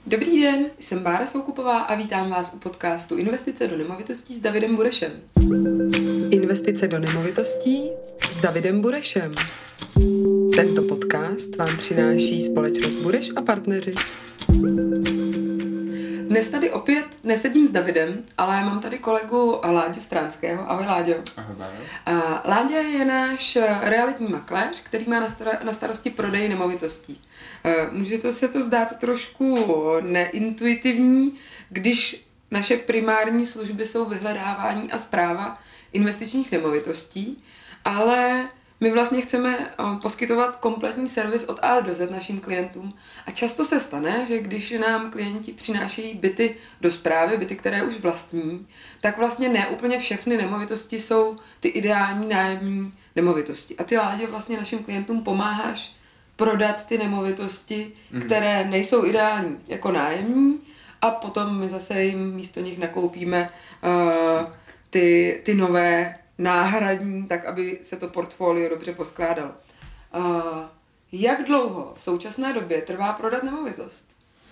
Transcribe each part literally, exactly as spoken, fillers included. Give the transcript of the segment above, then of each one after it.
Dobrý den, jsem Bára Soukupová a vítám vás u podcastu Investice do nemovitostí s Davidem Burešem. Investice do nemovitostí s Davidem Burešem. Tento podcast vám přináší společnost Bureš a partneři. Dnes tady opět nesedím s Davidem, ale mám tady kolegu Láďu Stránského. Ahoj Láďo. Ahoj Báro. Láďa je náš realitní makléř, který má na starosti prodej nemovitostí. Může to se to zdát trošku neintuitivní, když naše primární služby jsou vyhledávání a správa investičních nemovitostí, ale my vlastně chceme poskytovat kompletní servis od A do Z našim klientům a často se stane, že když nám klienti přinášejí byty do správy, byty, které už vlastní, tak vlastně ne úplně všechny nemovitosti jsou ty ideální nájemní nemovitosti. A ty, Láďo, vlastně našim klientům pomáháš prodat ty nemovitosti, mm. které nejsou ideální jako nájemní, a potom my zase jim místo nich nakoupíme uh, ty, ty nové náhradní, tak aby se to portfolio dobře poskládalo. Uh, jak dlouho v současné době trvá prodat nemovitost?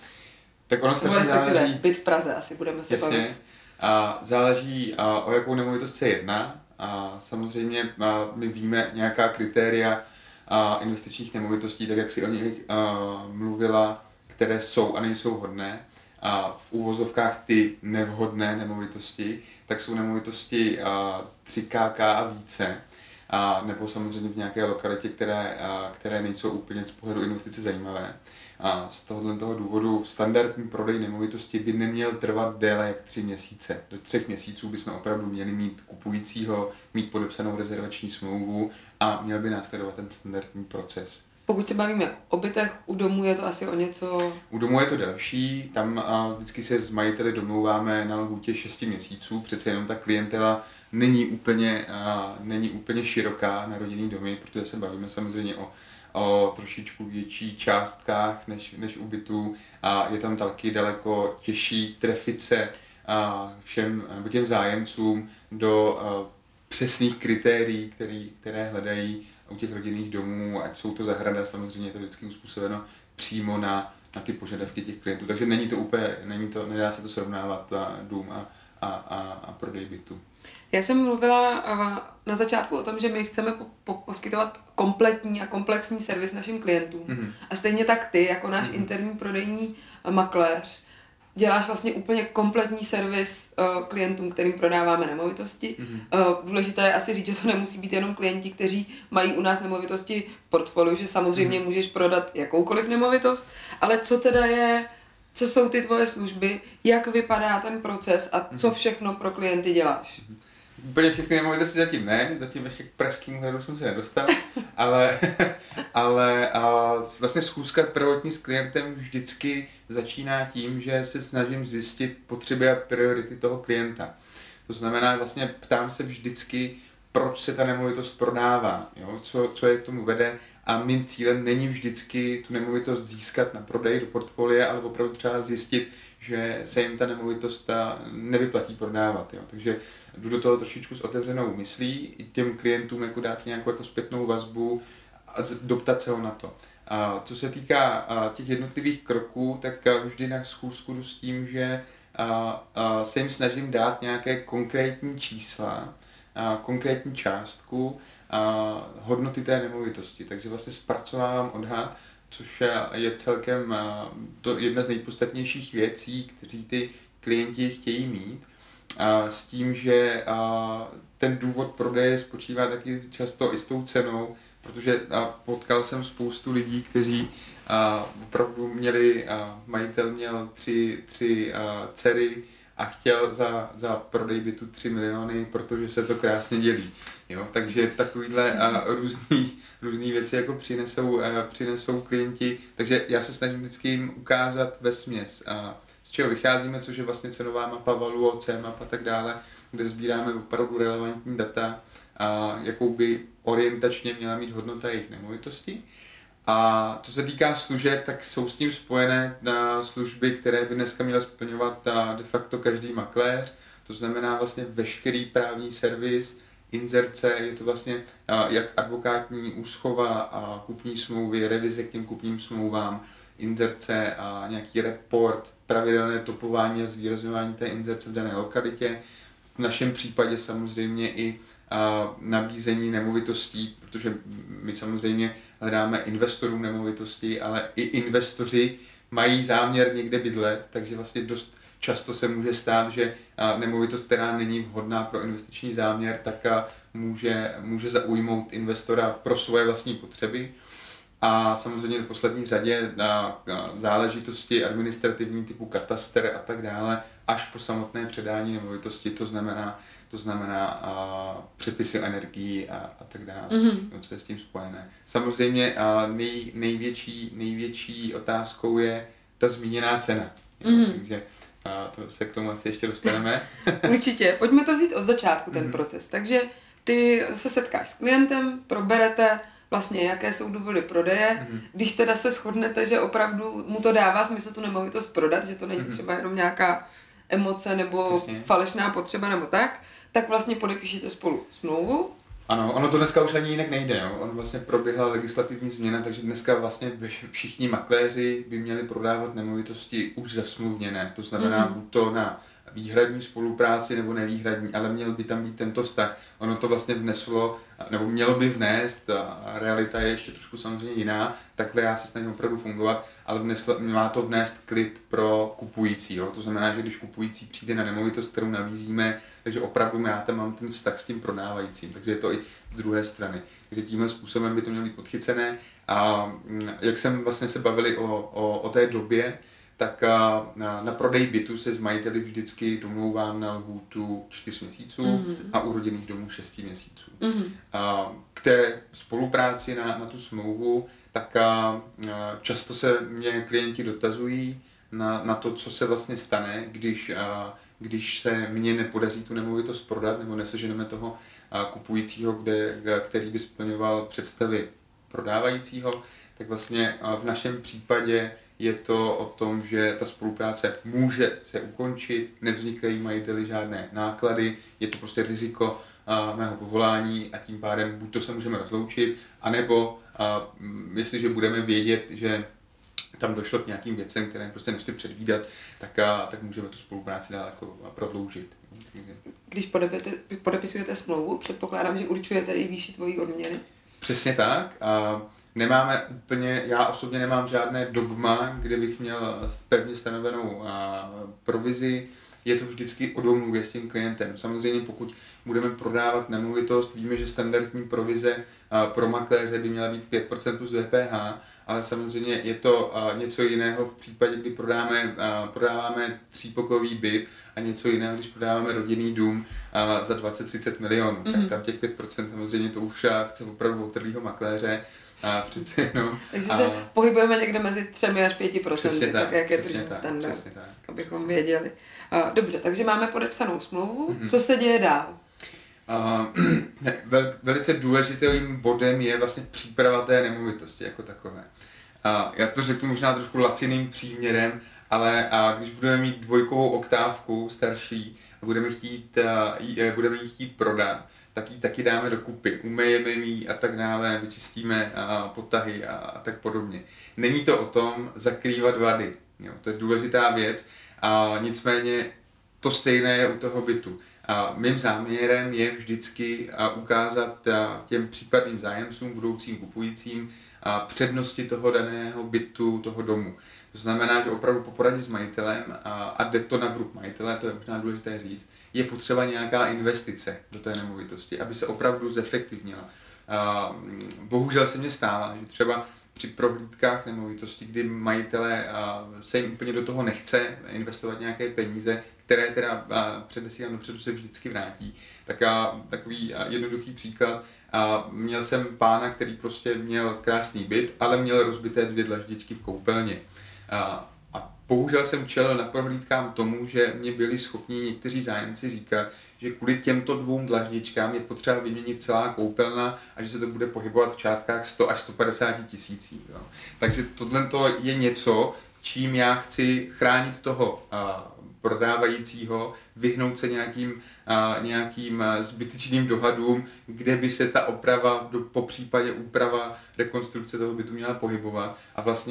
Tak ono strašně záleží. Byt v Praze asi budeme se bavit. A záleží, a o jakou nemovitost se jedná. A samozřejmě a my víme nějaká kritéria a investičních nemovitostí, tak jak si o nich mluvila, které jsou a nejsou hodné. A v úvozovkách ty nevhodné nemovitosti, tak jsou nemovitosti tři ká ká a více, a nebo samozřejmě v nějaké lokalitě, které, a, které nejsou úplně z pohledu investice zajímavé. A z tohoto toho důvodu standardní prodej nemovitosti by neměl trvat déle jak tři měsíce. Do třech měsíců bychom opravdu měli mít kupujícího, mít podepsanou rezervační smlouvu a měl by následovat ten standardní proces. Pokud se bavíme o bytech, u domu je to asi o něco... U domu je to delší, tam a, vždycky se s majiteli domlouváme na lhůtě šesti měsíců, přece jenom ta klientela není úplně, a, není úplně široká na rodinný domy, protože se bavíme samozřejmě o, o trošičku větší částkách než, než u bytů, a je tam taky daleko těžší trefit se a, všem nebo těm zájemcům do a, přesných kritérií, který, které hledají u těch rodinných domů, ať jsou to zahrada, samozřejmě je to vždycky uspůsobeno přímo na, na ty požadavky těch klientů. Takže není to úplně, není to, nedá se to srovnávat dům a, a, a, a prodej bytu. Já jsem mluvila na začátku o tom, že my chceme po, po, poskytovat kompletní a komplexní servis našim klientům. Mm-hmm. A stejně tak ty, jako náš mm-hmm. interní prodejní makléř, děláš vlastně úplně kompletní servis uh, klientům, kterým prodáváme nemovitosti. Mm-hmm. Uh, důležité je asi říct, že to nemusí být jenom klienti, kteří mají u nás nemovitosti v portfoliu, že samozřejmě mm-hmm. můžeš prodat jakoukoliv nemovitost, ale co teda je, co jsou ty tvoje služby, jak vypadá ten proces a co všechno pro klienty děláš? Mm-hmm. Úplně všechny nemovitosti zatím ne, zatím ještě k Pražskému hradu jsem se nedostal, ale, ale a vlastně schůzka prvotní s klientem vždycky začíná tím, že se snažím zjistit potřeby a priority toho klienta. To znamená, vlastně ptám se vždycky, proč se ta nemovitost prodává, jo? Co, co je k tomu vede, a mým cílem není vždycky tu nemovitost získat na prodej do portfolia, ale opravdu třeba zjistit, že se jim ta nemovitost nevyplatí prodávat. Jo. Takže jdu do toho trošičku s otevřenou myslí, i těm klientům jako dát nějakou jako zpětnou vazbu a doptat se ho na to. A co se týká těch jednotlivých kroků, tak vždy na schůzku jdu s tím, že se jim snažím dát nějaké konkrétní čísla, konkrétní částku, hodnoty té nemovitosti. Takže vlastně zpracovávám odhad, což je celkem to jedna z nejpodstatnějších věcí, kteří ty klienti chtějí mít. S tím, že ten důvod prodeje spočívá taky často i s tou cenou, protože potkal jsem spoustu lidí, kteří opravdu měli, majitel měl tři, tři dcery a chtěl za, za prodej bytu tři miliony, protože se to krásně dělí. Jo? Takže takovýhle a, různý, různý věci jako přinesou, a, přinesou klienti, takže já se snažím vždycky jim ukázat vesměs, a, z čeho vycházíme, což je vlastně cenová mapa Valuo, C-map a tak dále, kde sbíráme opravdu relevantní data, a, jakou by orientačně měla mít hodnota jejich nemovitosti. A co se týká služeb, tak jsou s tím spojené služby, které by dneska měl splňovat de facto každý makléř. To znamená vlastně veškerý právní servis, inzerce, je to vlastně jak advokátní úschova a kupní smlouvy, revize k těm kupním smlouvám, inzerce a nějaký report, pravidelné topování a zvýrazňování té inzerce v dané lokalitě. V našem případě samozřejmě i a nabízení nemovitostí, protože my samozřejmě hledáme investorům nemovitostí, ale i investoři mají záměr někde bydlet, takže vlastně dost často se může stát, že nemovitost, která není vhodná pro investiční záměr, tak může, může zaujmout investora pro svoje vlastní potřeby. A samozřejmě v poslední řadě na záležitosti administrativní typu katastr a tak dále, až po samotné předání nemovitosti, to znamená, to znamená a, přepisy energií a, a tak dále, mm-hmm. no, co je s tím spojené. Samozřejmě a, nej, největší, největší otázkou je ta zmíněná cena. Mm-hmm. Jo, takže a, to se k tomu asi ještě dostaneme. Určitě, pojďme to vzít od začátku, ten mm-hmm. proces. Takže ty se setkáš s klientem, proberete vlastně, jaké jsou důvody prodeje. Mm-hmm. Když teda se shodnete, že opravdu mu to dává smysl tu nemovitost prodat, že to není mm-hmm. třeba jenom nějaká emoce nebo Přesně. falešná potřeba nebo tak, tak vlastně podepíšete spolu smlouvu. Ano, ono to dneska už ani jinak nejde. Jo? On vlastně proběhla legislativní změna, takže dneska vlastně všichni makléři by měli prodávat nemovitosti už zasmluvněné. To znamená mm-hmm. buď to na výhradní spolupráci nebo nevýhradní, ale měl by tam být tento vztah. Ono to vlastně vneslo, nebo mělo by vnést, a realita je ještě trošku samozřejmě jiná, takhle já se snažím opravdu fungovat, ale vneslo, má to vnést klid pro kupujícího. To znamená, že když kupující přijde na nemovitost, kterou nabízíme, takže opravdu já tam mám ten vztah s tím prodávajícím, takže je to i z druhé strany. Takže tímhle způsobem by to mělo být podchycené. A jak jsem vlastně se bavili o, o, o té době, tak na, na prodej bytu se s majiteli vždycky domlouvám na lhůtu čtyř měsíců mm-hmm. a u rodinných domů šest měsíců. Mm-hmm. A k té spolupráci na, na tu smlouvu, tak a, často se mě klienti dotazují na, na to, co se vlastně stane, když, a, když se mně nepodaří tu nemovitost prodat nebo neseženeme toho a, kupujícího, kde, který by splňoval představy prodávajícího, tak vlastně a, v našem případě je to o tom, že ta spolupráce může se ukončit, nevznikají majiteli žádné náklady, je to prostě riziko a, mého povolání a tím pádem buď to se můžeme rozloučit, anebo a, jestliže budeme vědět, že tam došlo k nějakým věcem, které prostě nešli předvídat, tak, a, tak můžeme tu spolupráci dál jako prodloužit. Když podepisujete smlouvu, předpokládám, že určujete i výši tvojí odměny? Přesně tak. A, Nemáme úplně, já osobně nemám žádné dogma, kde bych měl pevně stanovenou a, provizi. Je to vždycky o domluvě s tím klientem. Samozřejmě pokud budeme prodávat nemovitost, víme, že standardní provize a, pro makléře by měla být pět procent z D P H, ale samozřejmě je to a, něco jiného v případě, kdy prodáme, a, prodáváme třípokojový byt a něco jiného, když prodáváme rodinný dům a, za dvacet třicet milionů. Mm-hmm. Tak tam těch pět procent samozřejmě to už chce opravdu otrlýho makléře. A přece, no. Takže se a... pohybujeme někde mezi třemi až pěti procenty, tak, tak jak je tržní standard, abychom věděli. A, dobře, takže máme podepsanou smlouvu, mm-hmm. Co se děje dál? A, ne, vel, velice důležitým bodem je vlastně příprava té nemovitosti jako takové. A, já to řeknu možná trošku laciným příměrem, ale a, když budeme mít dvojkovou oktávku starší a budeme chtít, a, j, budeme ji chtít prodat, tak ji taky dáme dokupy, umejeme ji a tak dále, vyčistíme a, potahy a, a tak podobně. Není to o tom zakrývat vady, jo, to je důležitá věc, a nicméně to stejné je u toho bytu. A mým záměrem je vždycky a, ukázat a, těm případným zájemcům, budoucím kupujícím a, přednosti toho daného bytu, toho domu. To znamená, že opravdu po poradě s majitelem a, a jde to na vrub majitele, to je možná důležité říct, je potřeba nějaká investice do té nemovitosti, aby se opravdu zefektivnila. A, bohužel se mně stává, že třeba při prohlídkách nemovitosti, kdy majitele a, se jim úplně do toho nechce investovat nějaké peníze, které teda předesílám dopředu se vždycky vrátí. Tak a, takový a, jednoduchý příklad. A měl jsem pána, který prostě měl krásný byt, ale měl rozbité dvě dlaždičky v koupelně. A, a bohužel jsem čelil na prohlídkám tomu, že mě byli schopni někteří zájemci říkat, že kvůli těmto dvou dlaždičkám je potřeba vyměnit celá koupelna a že se to bude pohybovat v částkách sto až sto padesát tisící. Jo. Takže tohle je něco, čím já chci chránit toho a, prodávajícího, vyhnout se nějakým, a, nějakým a, zbytečným dohadům, kde by se ta oprava, do, po případě úprava, rekonstrukce toho bytu měla pohybovat a vlastně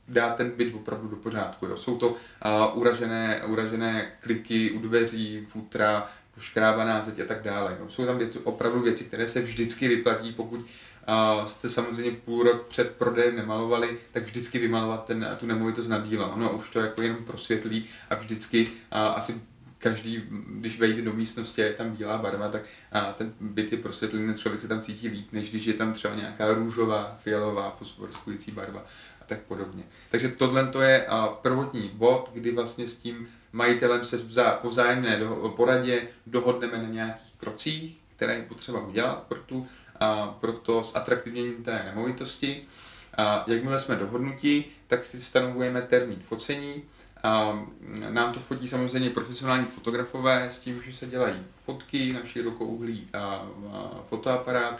dát ten byt opravdu do pořádku. Jo. Jsou to uh, uražené, uražené kliky u dveří, futra, poškrábaná zeď a tak dále. Jo. Jsou tam věci, opravdu věci, které se vždycky vyplatí, pokud uh, jste samozřejmě půl rok před prodejem nemalovali, tak vždycky vymalovat ten, tu nemovitost na bílo. Ono už to jako jenom prosvětlí a vždycky uh, asi každý, když vejde do místnosti a je tam bílá barva, tak a ten byt je prosvětlený, člověk se tam cítí líp, než když je tam třeba nějaká růžová, fialová, fosforskující barva a tak podobně. Takže tohle to je a, prvotní bod, kdy vlastně s tím majitelem se vzá, po vzájemné do, poradě dohodneme na nějakých krocích, které je potřeba udělat pro, tu, a, pro to zatraktivnění té nemovitosti. A jakmile jsme dohodnutí, tak si stanovujeme termín focení. A nám to fotí samozřejmě profesionální fotografové s tím, že se dělají fotky na širokouhlý a, a fotoaparát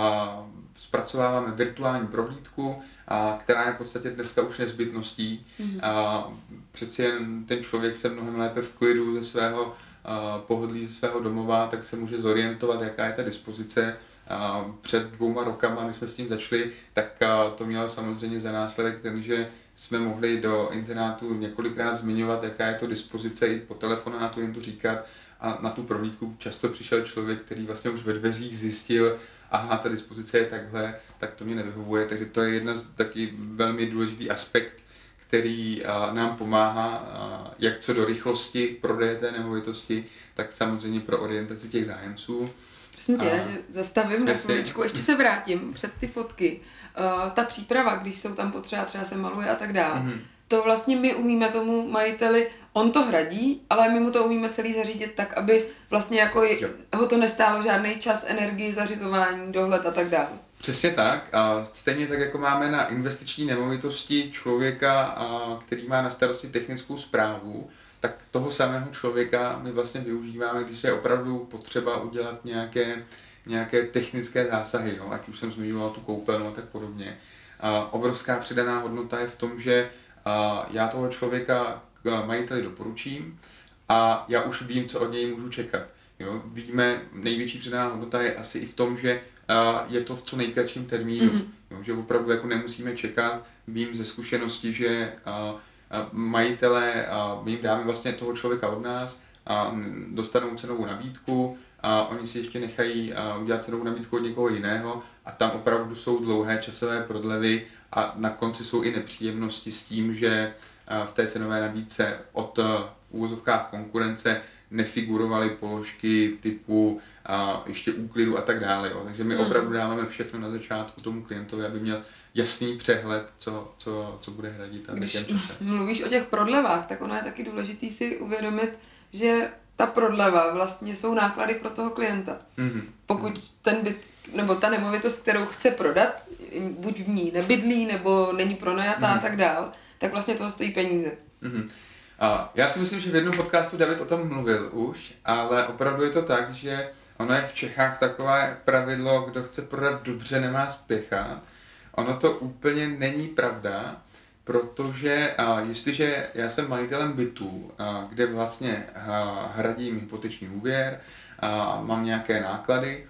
a zpracováváme virtuální prohlídku, a, která je v podstatě dneska už nezbytností. Mm-hmm. A přeci jen ten člověk se mnohem lépe v klidu ze svého a, pohodlí, ze svého domova, tak se může zorientovat, jaká je ta dispozice. A před dvouma rokama, když jsme s tím začali, tak a, to mělo samozřejmě za následek ten, že jsme mohli do internátu několikrát zmiňovat, jaká je to dispozice, i po telefonu na to jim to říkat, a na tu prohlídku často přišel člověk, který vlastně už ve dveřích zjistil, aha, ta dispozice je takhle, tak to mě nevyhovuje, takže to je jedna z taky velmi důležitý aspekt, který a, nám pomáhá, a, jak co do rychlosti prodeje té nemovitosti, tak samozřejmě pro orientaci těch zájemců. Prosím tě, já zastavím na chviličku, ještě se vrátím před ty fotky. Uh, ta příprava, když jsou tam potřeba, třeba se maluje a tak dále, mm-hmm. to vlastně my umíme tomu majiteli, on to hradí, ale my mu to umíme celý zařídit tak, aby vlastně jako je, ho to nestálo žádný čas, energii, zařizování, dohled a tak dále. Přesně tak. A stejně tak, jako máme na investiční nemovitosti člověka, a, který má na starosti technickou správu, tak toho samého člověka my vlastně využíváme, když je opravdu potřeba udělat nějaké, nějaké technické zásahy, jo? Ať už jsem zmiňoval tu koupelnu a tak podobně. A obrovská přidaná hodnota je v tom, že a, já toho člověka k majiteli doporučím a já už vím, co od něj můžu čekat. Jo? Víme, největší přidaná hodnota je asi i v tom, že a, je to v co nejkratším termínu, mm-hmm. jo? Že opravdu jako nemusíme čekat. Vím ze zkušenosti, že a, majitelé, a my jim dáme vlastně toho člověka od nás a dostanou cenovou nabídku a oni si ještě nechají udělat cenovou nabídku od někoho jiného a tam opravdu jsou dlouhé časové prodlevy a na konci jsou i nepříjemnosti s tím, že v té cenové nabídce od v úvozovkách konkurence nefigurovaly položky typu a ještě úklidu a tak dále. Jo. Takže my hmm. opravdu dáváme všechno na začátku tomu klientovi, aby měl jasný přehled, co, co, co bude hradit. A když mluvíš o těch prodlevách, tak ono je taky důležitý si uvědomit, že ta prodleva vlastně jsou náklady pro toho klienta. Mm-hmm. Pokud ten byt, nebo ta nemovitost, kterou chce prodat, buď v ní nebydlí, nebo není pronajatá mm-hmm. a tak dál, tak vlastně toho stojí peníze. Mm-hmm. A já si myslím, že v jednom podcastu David o tom mluvil už, ale opravdu je to tak, že ono je v Čechách takové pravidlo, kdo chce prodat dobře, nemá spěchat. Ono to úplně není pravda, protože a, jestliže já jsem majitelem bytu, a, kde vlastně a, hradím hypoteční úvěr, a mám nějaké náklady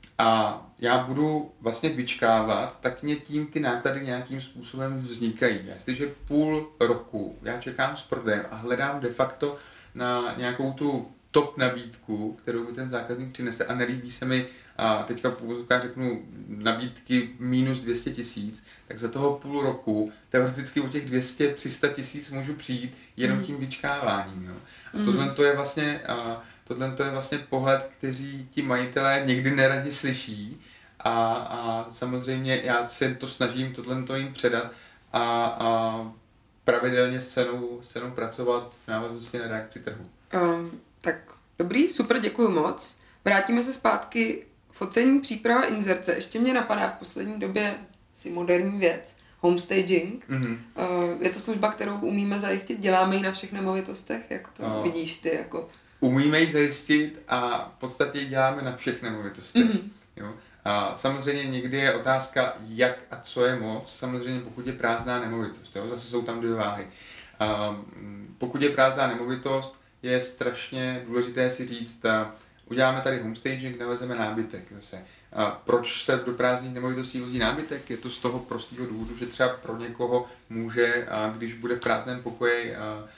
a já budu vlastně vyčkávat, tak mě tím ty náklady nějakým způsobem vznikají. Jestliže půl roku já čekám s prodejem a hledám de facto na nějakou tu top nabídku, kterou mi ten zákazník přinese a nelíbí se mi, a teďka v uvozovkách řeknu nabídky minus dvě stě tisíc, tak za toho půl roku teoreticky o těch dvě stě tři sta tisíc můžu přijít jenom tím vyčkáváním. Jo. A mm. tohle to je vlastně a, tohle to je vlastně pohled, který ti majitelé někdy neradi slyší a, a samozřejmě já se to snažím tohle to jim předat a, a pravidelně s cenou, s cenou pracovat v návaznosti na reakci trhu. Um, tak dobrý, super, děkuju moc. Vrátíme se zpátky. Focení, příprava, inzerce. Ještě mě napadá v poslední době si moderní věc. Homestaging. Mm-hmm. Uh, je to služba, kterou umíme zajistit. Děláme ji na všech nemovitostech. Jak to no. vidíš ty? Jako? Umíme ji zajistit a v podstatě ji děláme na všech nemovitostech. Mm-hmm. Jo? A samozřejmě někdy je otázka, jak a co je moc. Samozřejmě pokud je prázdná nemovitost. Jo? Zase jsou tam dvě váhy. Uh, pokud je prázdná nemovitost, je strašně důležité si říct, uděláme tady homestaging, navezeme nábytek zase. A proč se do prázdných nemovitostí vozí nábytek? Je to z toho prostého důvodu, že třeba pro někoho může, když bude v prázdném pokoji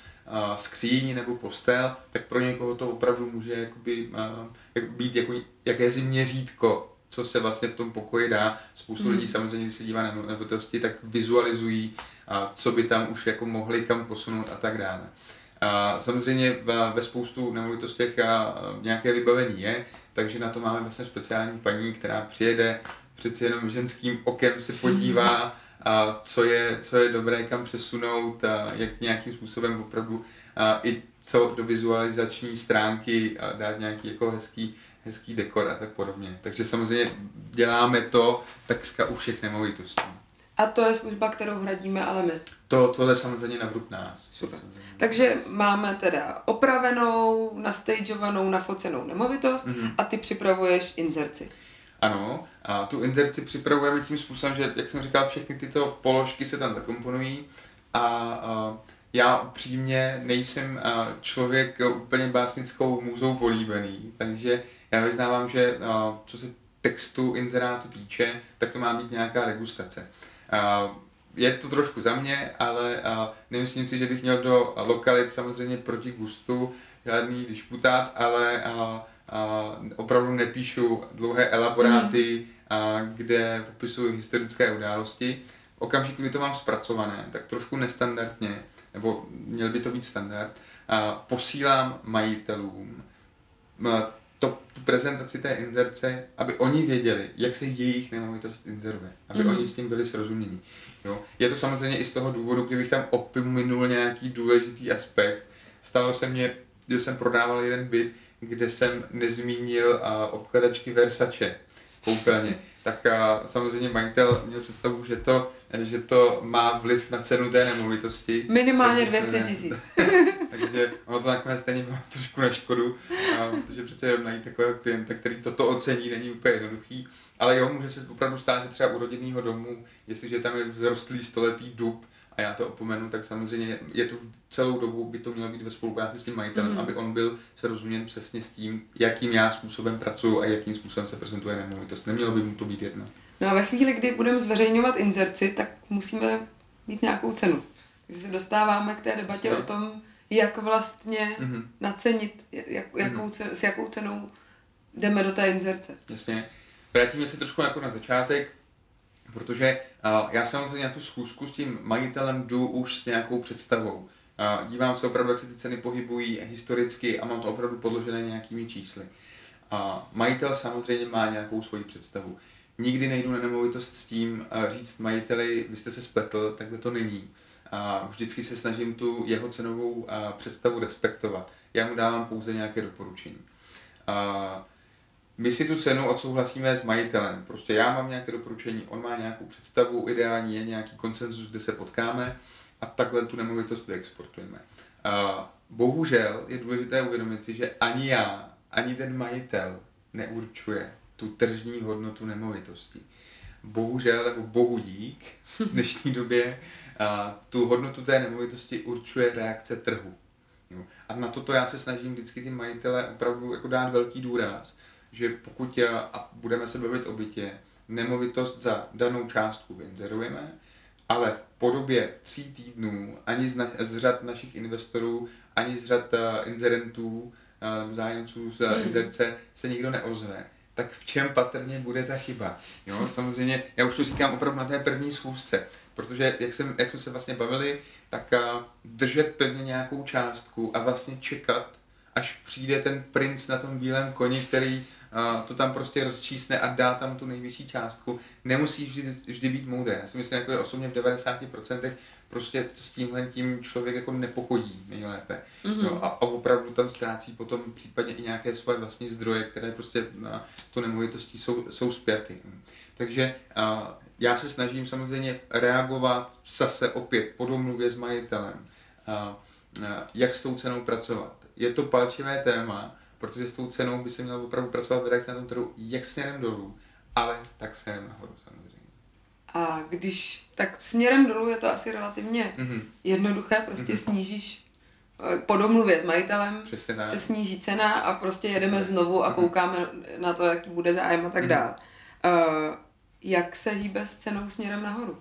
skříň nebo postel, tak pro někoho to opravdu může jakoby, být jako jakési měřítko, co se vlastně v tom pokoji dá. Spoustu mm. lidí samozřejmě, když se dívá na nemovitosti, tak vizualizují, co by tam už jako mohli kam posunout a tak dále. A samozřejmě ve spoustu nemovitostech nějaké vybavení je, takže na to máme vlastně speciální paní, která přijede, přeci jenom ženským okem se podívá, a co je, co je dobré kam přesunout, a jak nějakým způsobem opravdu a i co do vizualizační stránky a dát nějaký jako hezký, hezký dekor a tak podobně. Takže samozřejmě děláme to takřka u všech nemovitostí. A to je služba, kterou hradíme ale my. To, to je samozřejmě na vrub nás. Super. Takže máme teda opravenou, nastageovanou, nafocenou nemovitost mm-hmm. a ty připravuješ inzerci. Ano, a tu inzerci připravujeme tím způsobem, že, jak jsem říkal, všechny tyto položky se tam zakomponují a, a já upřímně nejsem člověk úplně básnickou můzou políbený, takže já vyznávám, že a, co se textu inzerátu týče, tak to má být nějaká degustace. A, je to trošku za mě, ale a, nemyslím si, že bych měl do lokalit samozřejmě proti gustu žádný disputát, ale a, a, opravdu nepíšu dlouhé elaboráty, mm. a, kde popisuju historické události. V okamžiku, kdy to mám zpracované, tak trošku nestandardně, nebo měl by to být standard, a posílám majitelům to, tu prezentaci té inzerce, aby oni věděli, jak se jejich nemovitost inzeruje, aby mm. oni s tím byli srozuměni. Jo? Je to samozřejmě i z toho důvodu, kdybych tam opominul nějaký důležitý aspekt. Stalo se mně, že jsem prodával jeden byt, kde jsem nezmínil a, obkladačky Versace koupelně. Tak a, samozřejmě majitel měl představu, že to, že to má vliv na cenu té nemovitosti. Minimálně dvě stě tisíc. Takže ono to nakonec stejně bylo trošku na škodu, a, protože přece jenom najít takového klienta, který toto ocení, není úplně jednoduchý. Ale jo, může se opravdu stát, že třeba u rodinného domu, jestliže tam je vzrostlý stoletý dub, a já to opomenu, tak samozřejmě je to celou dobu, by to mělo být ve spolupráci s tím majitelem, mm. aby on byl srozuměn přesně s tím, jakým já způsobem pracuji a jakým způsobem se prezentuje nemovitost. Nemělo by mu to být jedno. No a ve chvíli, kdy budeme zveřejňovat inzerci, tak musíme mít nějakou cenu. Takže se dostáváme k té debatě Jasně. o tom, jak vlastně mm-hmm. nacenit, jak, jakou cen, s jakou cenou jdeme do té inzerce. Jasně. Vrátíme se trošku jako na začátek. Protože uh, já samozřejmě na tu schůzku s tím majitelem jdu už s nějakou představou. Uh, dívám se opravdu, jak se ty ceny pohybují historicky a mám to opravdu podložené nějakými čísly. Uh, majitel samozřejmě má nějakou svoji představu. Nikdy nejdu na nemovitost s tím uh, říct majiteli, vy jste se spletl, takhle to není. Uh, vždycky se snažím tu jeho cenovou uh, představu respektovat. Já mu dávám pouze nějaké doporučení. Uh, My si tu cenu odsouhlasíme s majitelem. Prostě já mám nějaké doporučení, on má nějakou představu, ideální je nějaký konsenzus, kde se potkáme a takhle tu nemovitost vyexportujeme. Uh, bohužel je důležité uvědomit si, že ani já, ani ten majitel neurčuje tu tržní hodnotu nemovitosti. Bohužel, nebo bohu dík, v dnešní době uh, tu hodnotu té nemovitosti určuje reakce trhu. Jo. A na toto já se snažím vždycky ty majitele opravdu jako dát velký důraz, že pokud a budeme se bavit o bytě, nemovitost za danou částku vyinzerujeme, ale v podobě tří týdnů ani z, na, z řad našich investorů, ani z řad uh, inzerentů, uh, zájemců z uh, hmm. inzerce se nikdo neozve, tak v čem patrně bude ta chyba? Jo? Samozřejmě, já už to říkám opravdu na té první schůzce, protože jak, jsem, jak jsme se vlastně bavili, tak uh, držet pevně nějakou částku a vlastně čekat, až přijde ten princ na tom bílém koni, který uh, to tam prostě rozčísne a dá tam tu nejvyšší částku. Nemusí vždy, vždy být moudré. Já si myslím, jako je osobně v devadesáti procentech prostě s tímhle tím člověk jako nepochodí nejlépe. Mm-hmm. No, a, a opravdu tam ztrácí potom případně i nějaké svoje vlastní zdroje, které prostě na tu nemovitostí jsou, jsou spjaty. Takže uh, já se snažím samozřejmě reagovat zase opět po domluvě s majitelem, uh, uh, jak s tou cenou pracovat. Je to palčivé téma, protože s tou cenou by se měl opravdu pracovat v redakci na tom trhu jak směrem dolů, ale tak směrem nahoru samozřejmě. A když tak směrem dolů je to asi relativně mm-hmm. jednoduché, prostě mm-hmm. snížíš po domluvě s majitelem, se sníží cena a prostě jedeme Přesně. znovu a koukáme mm-hmm. na to, jaký bude zájem a tak mm-hmm. dál. Uh, jak se hýbe s cenou směrem nahoru?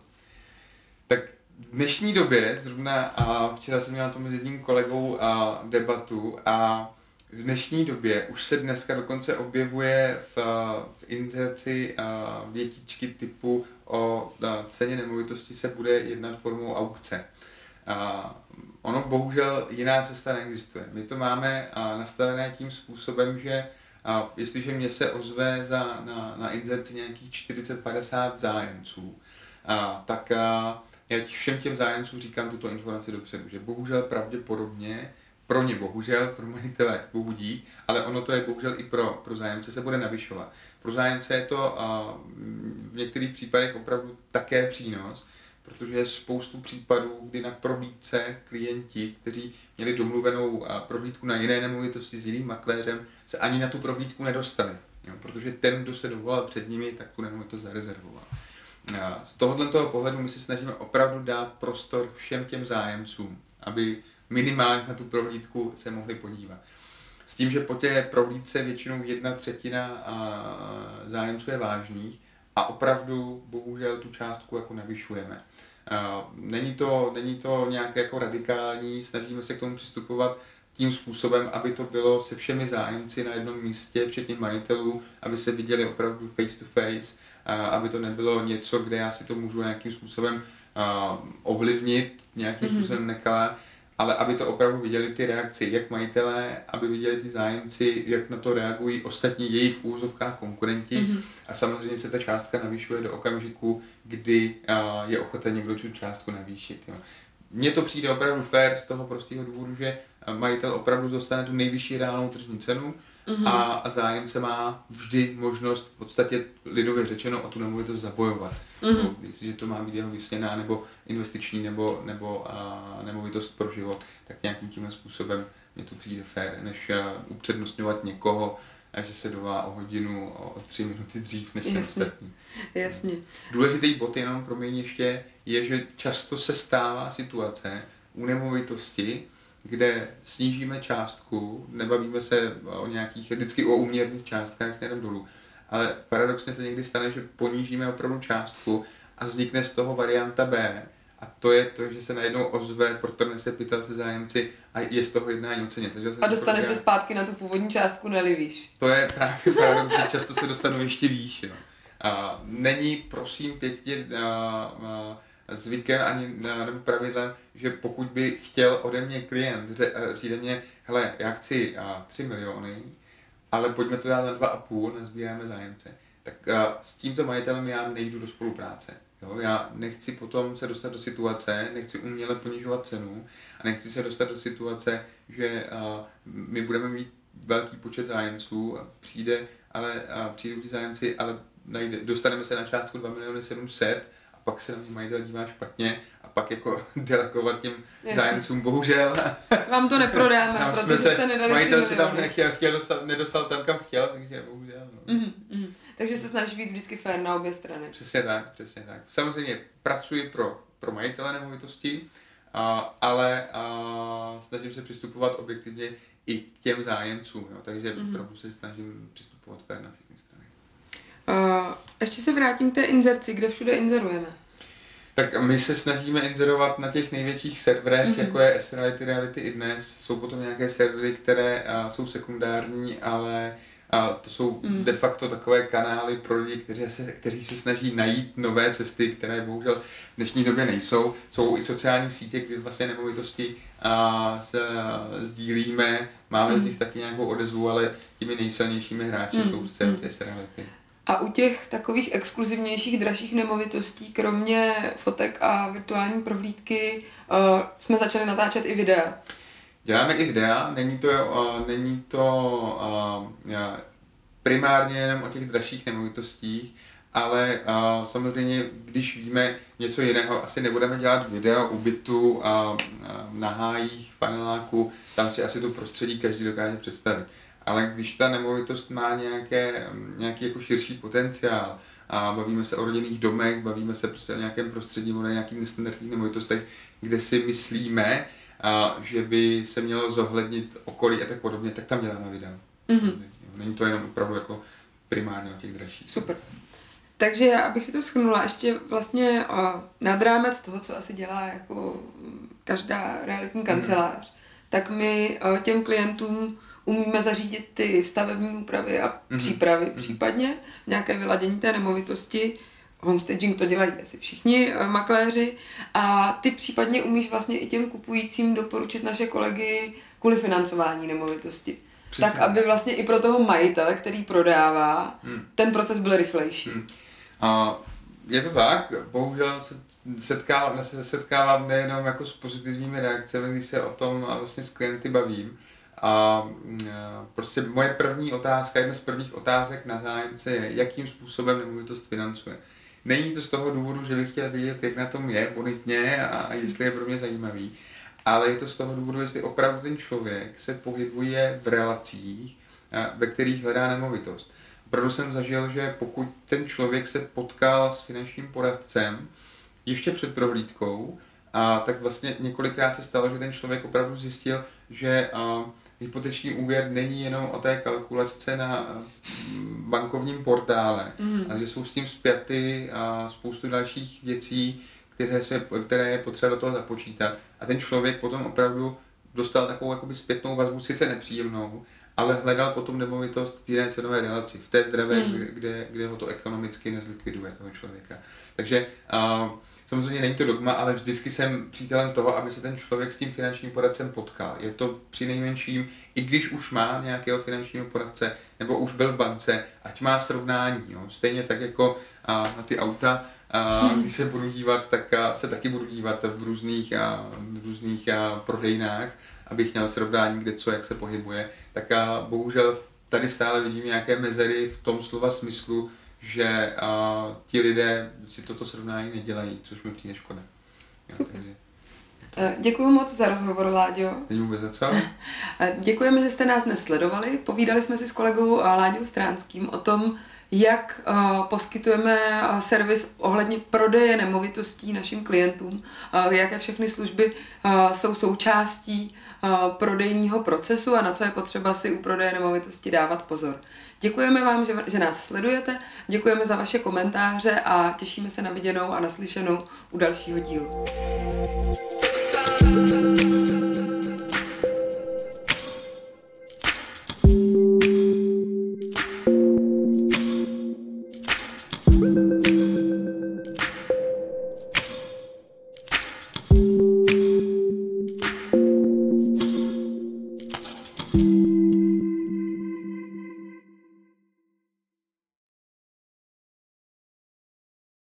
Tak v dnešní době, zrovna a včera jsem měl na tom s jedním kolegou a, debatu a v dnešní době už se dneska dokonce objevuje v, v inzerci a, větičky typu o a, ceně nemovitosti se bude jednat formou aukce. A, ono bohužel jiná cesta neexistuje. My to máme a, nastavené tím způsobem, že a, jestliže mě se ozve za, na, na inzerci nějakých čtyřicet padesát zájemců, a, tak a, já všem těm zájemcům říkám tuto informaci dopředu, že bohužel pravděpodobně, pro ně bohužel, pro majitele bohu dík, ale ono to je bohužel i pro, pro zájemce se bude navyšovat. Pro zájemce je to a, v některých případech opravdu také přínos, protože je spoustu případů, kdy na prohlídce klienti, kteří měli domluvenou prohlídku na jiné nemovitosti s jiným makléřem, se ani na tu prohlídku nedostali. Jo? Protože ten, kdo se dovolal před nimi, tak tu nemovitost zarezervoval. Z tohoto pohledu my se snažíme opravdu dát prostor všem těm zájemcům, aby minimálně na tu prohlídku se mohli podívat. S tím, že po té prohlídce většinou jedna třetina zájemců je vážných a opravdu bohužel tu částku jako navyšujeme. Není to, není to nějak jako radikální, snažíme se k tomu přistupovat tím způsobem, aby to bylo se všemi zájemci na jednom místě, včetně majitelů, aby se viděli opravdu face to face, aby to nebylo něco, kde já si to můžu nějakým způsobem ovlivnit, nějakým mm-hmm. způsobem nekalé, ale aby to opravdu viděli ty reakce, jak majitelé, aby viděli ty zájemci, jak na to reagují ostatní jejich v úvozovkách konkurenti mm-hmm. a samozřejmě se ta částka navyšuje do okamžiku, kdy je ochoten někdo tu částku navýšit. Jo. Mně to přijde opravdu fair z toho prostého důvodu, že majitel opravdu dostane tu nejvyšší reálnou tržní cenu mm-hmm. a, a zájemce má vždy možnost v podstatě lidově řečeno o tu nemovitost zabojovat. Mm-hmm. Jestliže to má být jeho vysněná nebo investiční nebo, nebo a, nemovitost pro život, tak nějakým tím způsobem mně to přijde fair, než a, upřednostňovat někoho, a že se dová o hodinu, o, o tři minuty dřív než ten ostatní. Jasně. Důležitý bod jenom pro mě ještě je, že často se stává situace u nemovitosti, kde snížíme částku, nebavíme se o nějakých, vždycky o úměrných částkách směrem dolů, ale paradoxně se někdy stane, že ponížíme opravdu částku a vznikne z toho varianta B a to je to, že se najednou ozve, protrhne se pytel se zájemci a je z toho jednání o ceně. A dostaneš se zpátky na tu původní částku, nelivíš. To je právě paradox, že často se dostanu ještě výš. Jo. A není, prosím pěkně, a, a, zvykem ani nebo pravidlem, že pokud by chtěl ode mě klient, přijde mě, hele, já chci a, tři miliony, ale pojďme to dát na dva a půl, nazbíráme zájemce. Tak a, s tímto majitelem já nejdu do spolupráce. Jo? Já nechci potom se dostat do situace, nechci uměle ponižovat cenu a nechci se dostat do situace, že a, my budeme mít velký počet zájemců a přijde, ale a, přijdou ti zájemci, ale najde, dostaneme se na částku dva miliony sedm set a pak se na mě majitel dívá špatně a pak jako delegovat těm Jasně. zájemcům, bohužel. Vám to neprodáme, protože se, jste nedali majitel si tam nechtěl, chtěl dostat, nedostal tam, kam chtěl, takže bohužel. No. Mm, mm. Takže se snaží být vždycky fair na obě strany. Přesně tak, přesně tak. Samozřejmě pracuji pro, pro majitele nemovitosti, a, ale a, snažím se přistupovat objektivně i k těm zájemcům, jo, takže mm. opravdu se snažím přistupovat fair na všechny strany. Uh, ještě se vrátím k té inzerci, kde všude inzerujeme. Tak my se snažíme inzerovat na těch největších serverech, mm-hmm. jako je S-Reality, Reality i dnes. Jsou potom nějaké servery, které a, jsou sekundární, ale a, to jsou mm. de facto takové kanály pro lidi, kteří se, kteří se snaží najít nové cesty, které bohužel v dnešní době nejsou. Jsou i sociální sítě, kde vlastně nemovitosti a, se a, sdílíme, máme mm. z nich taky nějakou odezvu, ale těmi nejsilnějšími hráči mm. jsou prostě mm. S-Reality. A u těch takových exkluzivnějších, dražších nemovitostí, kromě fotek a virtuální prohlídky, uh, jsme začali natáčet i videa. Děláme i videa, není to, uh, není to uh, primárně jenom o těch dražších nemovitostích, ale uh, samozřejmě, když víme něco jiného, asi nebudeme dělat video u bytu a uh, na hájích, paneláku, tam si asi to prostředí každý dokáže představit. Ale když ta nemovitost má nějaké, nějaký jako širší potenciál a bavíme se o rodinných domech, bavíme se prostě o nějakém prostředí, o nějakých nestandardních nemovitostech, kde si myslíme, a, že by se mělo zohlednit okolí a tak podobně, tak tam děláme video. Mm-hmm. Není to jenom opravdu jako primárně o těch dražších. Super. Takže já, abych si to shrnula, ještě vlastně uh, nad rámec toho, co asi dělá jako každá realitní kancelář, mm. tak my uh, těm klientům umíme zařídit ty stavební úpravy a mm. přípravy mm. případně, nějaké vyladění té nemovitosti. Homestaging to dělají asi všichni uh, makléři a ty případně umíš vlastně i těm kupujícím doporučit naše kolegy kvůli financování nemovitosti. Přesně. Tak, aby vlastně i pro toho majitele, který prodává, hmm. ten proces byl rychlejší. Hmm. Uh, je to tak, bohužel se setkávám, se setkávám nejenom jako s pozitivními reakcemi, když se o tom vlastně s klienty bavím. A uh, prostě moje první otázka, jedna z prvních otázek na zájemce je, jakým způsobem nemovitost financuje. Není to z toho důvodu, že bych chtěl vědět, jak na tom je bonitně a jestli je pro mě zajímavý, ale je to z toho důvodu, jestli opravdu ten člověk se pohybuje v relacích, ve kterých hledá nemovitost. Opravdu jsem zažil, že pokud ten člověk se potkal s finančním poradcem ještě před prohlídkou, a tak vlastně několikrát se stalo, že ten člověk opravdu zjistil, že a, hypoteční úvěr není jenom o té kalkulačce na a, bankovním portále, mm. ale že jsou s tím spjaty a spoustu dalších věcí, které, se, které je potřeba do toho započítat. A ten člověk potom opravdu dostal takovou jakoby zpětnou vazbu, sice nepříjemnou, ale hledal potom nemovitost v jiné cenové relaci, v té zdravé, mm. kde, kde ho to ekonomicky nezlikviduje toho člověka. Takže uh, samozřejmě není to dogma, ale vždycky jsem přítelem toho, aby se ten člověk s tím finančním poradcem potkal. Je to přinejmenším, i když už má nějakého finančního poradce, nebo už byl v bance, ať má srovnání. Jo? Stejně tak jako uh, na ty auta, uh, když se budu dívat, tak uh, se taky budu dívat v různých, uh, v různých uh, prodejnách, abych měl srovnání, kde co, jak se pohybuje. Tak uh, bohužel tady stále vidím nějaké mezery v tom slova smyslu, že uh, ti lidé si toto srovnání nedělají, což mi přijde škoda. Jo, super. Takže, děkuji moc za rozhovor, Láďo. Není vůbec za co. Děkujeme, že jste nás nesledovali. Povídali jsme si s kolegou Láďou Stránským o tom, jak uh, poskytujeme uh, servis ohledně prodeje nemovitostí našim klientům, uh, jaké všechny služby uh, jsou součástí uh, prodejního procesu a na co je potřeba si u prodeje nemovitosti dávat pozor. Děkujeme vám, že, že nás sledujete, děkujeme za vaše komentáře a těšíme se na viděnou a naslyšenou u dalšího dílu.